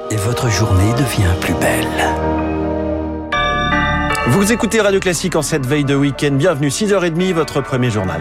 et votre journée devient plus belle. Vous écoutez Radio Classique en cette veille de week-end. Bienvenue, 6h30, votre premier journal.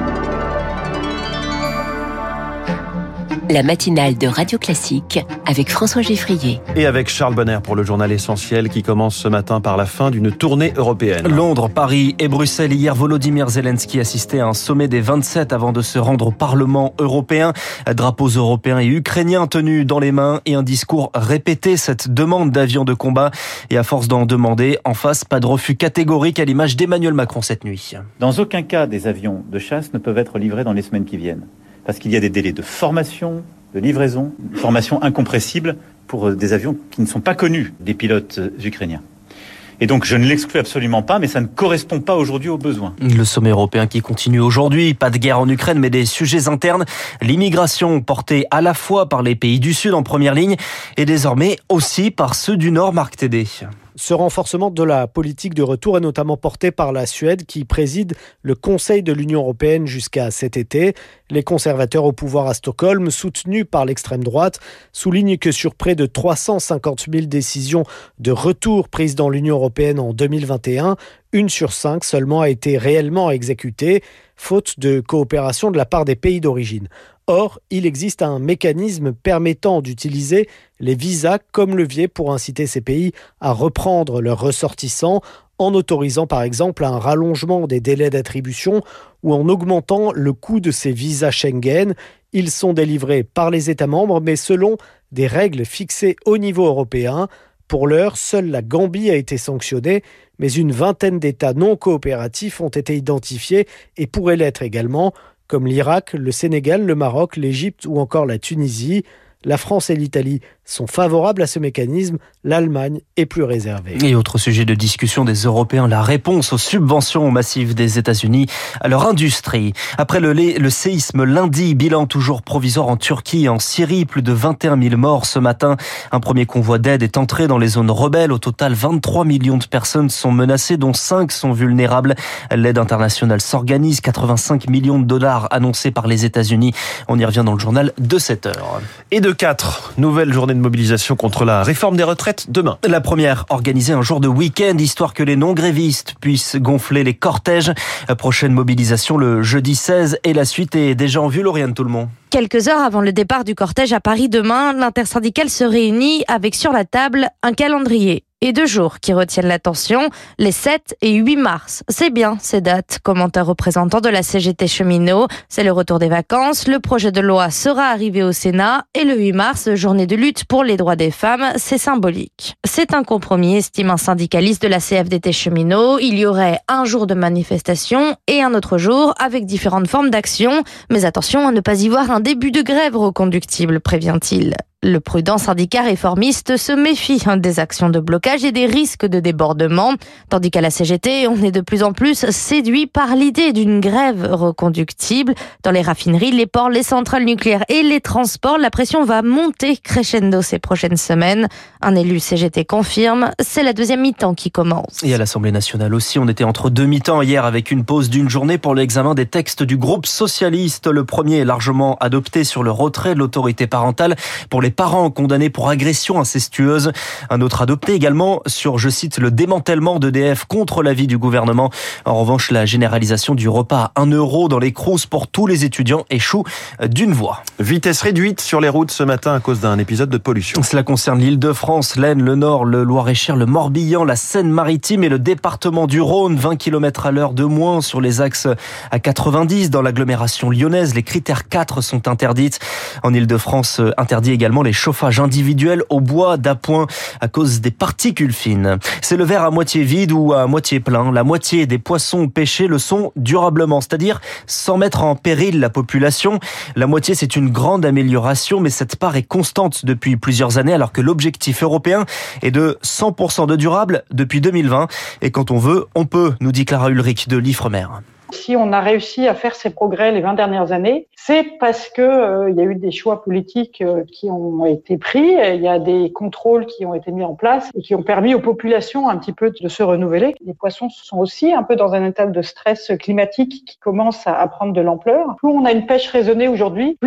La matinale de Radio Classique avec François Geffrier. Et avec Charles Bonner pour le journal essentiel qui commence ce matin par la fin d'une tournée européenne. Londres, Paris et Bruxelles. Hier, Volodymyr Zelensky assistait à un sommet des 27 avant de se rendre au Parlement européen. Drapeaux européens et ukrainiens tenus dans les mains et un discours répété. Cette demande d'avions de combat. Et à force d'en demander, en face, pas de refus catégorique à l'image d'Emmanuel Macron cette nuit. Dans aucun cas, des avions de chasse ne peuvent être livrés dans les semaines qui viennent. Parce qu'il y a des délais de formation, de livraison, une formation incompressible pour des avions qui ne sont pas connus des pilotes ukrainiens. Et donc je ne l'exclus absolument pas, mais ça ne correspond pas aujourd'hui aux besoins. Le sommet européen qui continue aujourd'hui, pas de guerre en Ukraine, mais des sujets internes. L'immigration portée à la fois par les pays du Sud en première ligne et désormais aussi par ceux du Nord, Marc Tédé. Ce renforcement de la politique de retour est notamment porté par la Suède qui préside le Conseil de l'Union européenne jusqu'à cet été. Les conservateurs au pouvoir à Stockholm, soutenus par l'extrême droite, soulignent que sur près de 350 000 décisions de retour prises dans l'Union européenne en 2021, 1 sur 5 seulement a été réellement exécutée, faute de coopération de la part des pays d'origine. Or, il existe un mécanisme permettant d'utiliser les visas comme levier pour inciter ces pays à reprendre leurs ressortissants en autorisant par exemple un rallongement des délais d'attribution ou en augmentant le coût de ces visas Schengen. Ils sont délivrés par les États membres mais selon des règles fixées au niveau européen. Pour l'heure, seule la Gambie a été sanctionnée, mais une vingtaine d'États non coopératifs ont été identifiés et pourraient l'être également, comme l'Irak, le Sénégal, le Maroc, l'Égypte ou encore la Tunisie. La France et l'Italie sont favorables à ce mécanisme, l'Allemagne est plus réservée. Et autre sujet de discussion des Européens, la réponse aux subventions massives des États-Unis à leur industrie. Après le séisme lundi, bilan toujours provisoire en Turquie et en Syrie, plus de 21 000 morts ce matin. Un premier convoi d'aide est entré dans les zones rebelles. Au total, 23 millions de personnes sont menacées, dont 5 sont vulnérables. L'aide internationale s'organise, 85 millions de dollars annoncés par les États-Unis. On y revient dans le journal de 7h. Et de 4, nouvelle journée de mobilisation contre la réforme des retraites demain. La première, organiser un jour de week-end, histoire que les non-grévistes puissent gonfler les cortèges. Prochaine mobilisation le jeudi 16 et la suite est déjà en vue, Lauriane Tout-le-Monde. Quelques heures avant le départ du cortège à Paris demain, l'intersyndicale se réunit avec sur la table un calendrier et 2 jours qui retiennent l'attention, les 7 et 8 mars. C'est bien ces dates, commente un représentant de la CGT cheminot. C'est le retour des vacances, le projet de loi sera arrivé au Sénat et le 8 mars, journée de lutte pour les droits des femmes, c'est symbolique. C'est un compromis, estime un syndicaliste de la CFDT cheminot. Il y aurait un jour de manifestation et un autre jour avec différentes formes d'action. Mais attention à ne pas y voir un début de grève reconductible, prévient-il. Le prudent syndicat réformiste se méfie des actions de blocage et des risques de débordement, tandis qu'à la CGT, on est de plus en plus séduit par l'idée d'une grève reconductible. Dans les raffineries, les ports, les centrales nucléaires et les transports, la pression va monter crescendo ces prochaines semaines. Un élu CGT confirme, c'est la deuxième mi-temps qui commence. Et à l'Assemblée nationale aussi, on était entre 2 mi-temps hier avec une pause d'1 journée pour l'examen des textes du groupe socialiste. Le premier est largement adopté sur le retrait de l'autorité parentale pour les parents condamnés pour agression incestueuse. Un autre adopté également sur, je cite, le démantèlement d'EDF contre l'avis du gouvernement. En revanche, la généralisation du repas à 1 € dans les crous pour tous les étudiants échoue d'une voix. Vitesse réduite sur les routes ce matin à cause d'un épisode de pollution. Cela concerne l'Île-de-France, l'Aisne, le Nord, le Loir-et-Cher, le Morbihan, la Seine-Maritime et le département du Rhône. 20 km/h de moins sur les axes à 90 dans l'agglomération lyonnaise. Les critères 4 sont interdites. En Île-de-France, interdit également les chauffages individuels au bois d'appoint à cause des particules fines. C'est le verre à moitié vide ou à moitié plein. La moitié des poissons pêchés le sont durablement, c'est-à-dire sans mettre en péril la population. La moitié, c'est une grande amélioration, mais cette part est constante depuis plusieurs années, alors que l'objectif européen est de 100% de durable depuis 2020. Et quand on veut, on peut, nous dit Clara Ulrich de l'Ifremer. Si on a réussi à faire ces progrès les 20 dernières années, c'est parce que y a eu des choix politiques qui ont été pris, il y a des contrôles qui ont été mis en place et qui ont permis aux populations un petit peu de se renouveler. Les poissons sont aussi un peu dans un état de stress climatique qui commence à prendre de l'ampleur. Plus on a une pêche raisonnée aujourd'hui, plus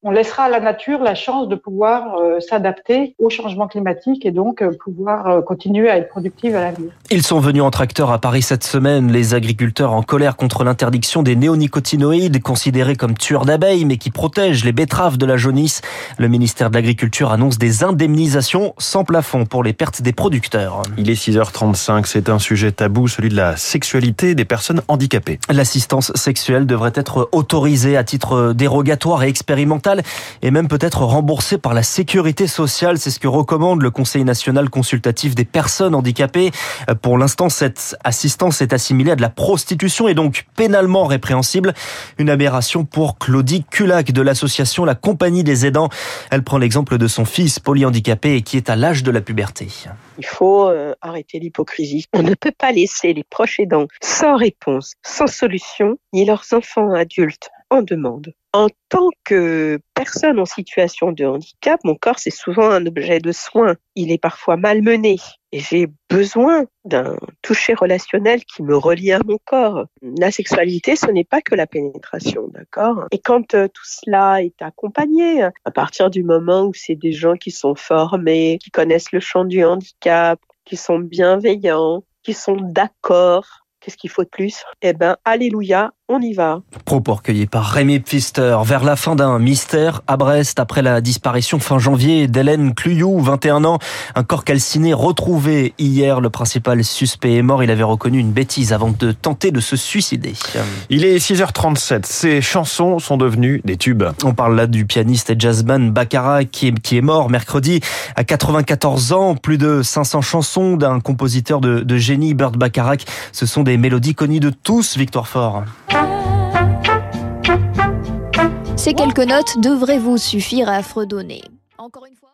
On laissera à la nature la chance de pouvoir s'adapter au changement climatique et donc pouvoir continuer à être productive à l'avenir. Ils sont venus en tracteur à Paris cette semaine. Les agriculteurs en colère contre l'interdiction des néonicotinoïdes, considérés comme tueurs d'abeilles, mais qui protègent les betteraves de la jaunisse. Le ministère de l'Agriculture annonce des indemnisations sans plafond pour les pertes des producteurs. Il est 6h35, c'est un sujet tabou, celui de la sexualité des personnes handicapées. L'assistance sexuelle devrait être autorisée à titre dérogatoire et expérimental et même peut-être remboursée par la sécurité sociale. C'est ce que recommande le Conseil national consultatif des personnes handicapées. Pour l'instant, cette assistance est assimilée à de la prostitution et donc pénalement répréhensible. Une aberration pour Claudie Culac de l'association La Compagnie des Aidants. Elle prend l'exemple de son fils polyhandicapé et qui est à l'âge de la puberté. Il faut arrêter l'hypocrisie. On ne peut pas laisser les proches aidants sans réponse, sans solution, ni leurs enfants adultes en demande. En tant que personne en situation de handicap, mon corps, c'est souvent un objet de soin. Il est parfois malmené et j'ai besoin d'un toucher relationnel qui me relie à mon corps. La sexualité, ce n'est pas que la pénétration, d'accord ? Et quand tout cela est accompagné, à partir du moment où c'est des gens qui sont formés, qui connaissent le champ du handicap, qui sont bienveillants, qui sont d'accord, qu'est-ce qu'il faut de plus ? Alléluia, on y va. Propos recueillis par Rémi Pfister. Vers la fin d'un mystère à Brest, après la disparition fin janvier d'Hélène Cluyou, 21 ans, un corps calciné retrouvé hier. Le principal suspect est mort. Il avait reconnu une bêtise avant de tenter de se suicider. Il est 6h37. Ces chansons sont devenues des tubes. On parle là du pianiste et jazzman Bacharach qui est mort mercredi à 94 ans. Plus de 500 chansons d'un compositeur de génie, Burt Bacharach. Ce sont des mélodies connues de tous, Victoire Fort. Ces quelques notes devraient vous suffire à fredonner. Encore une fois.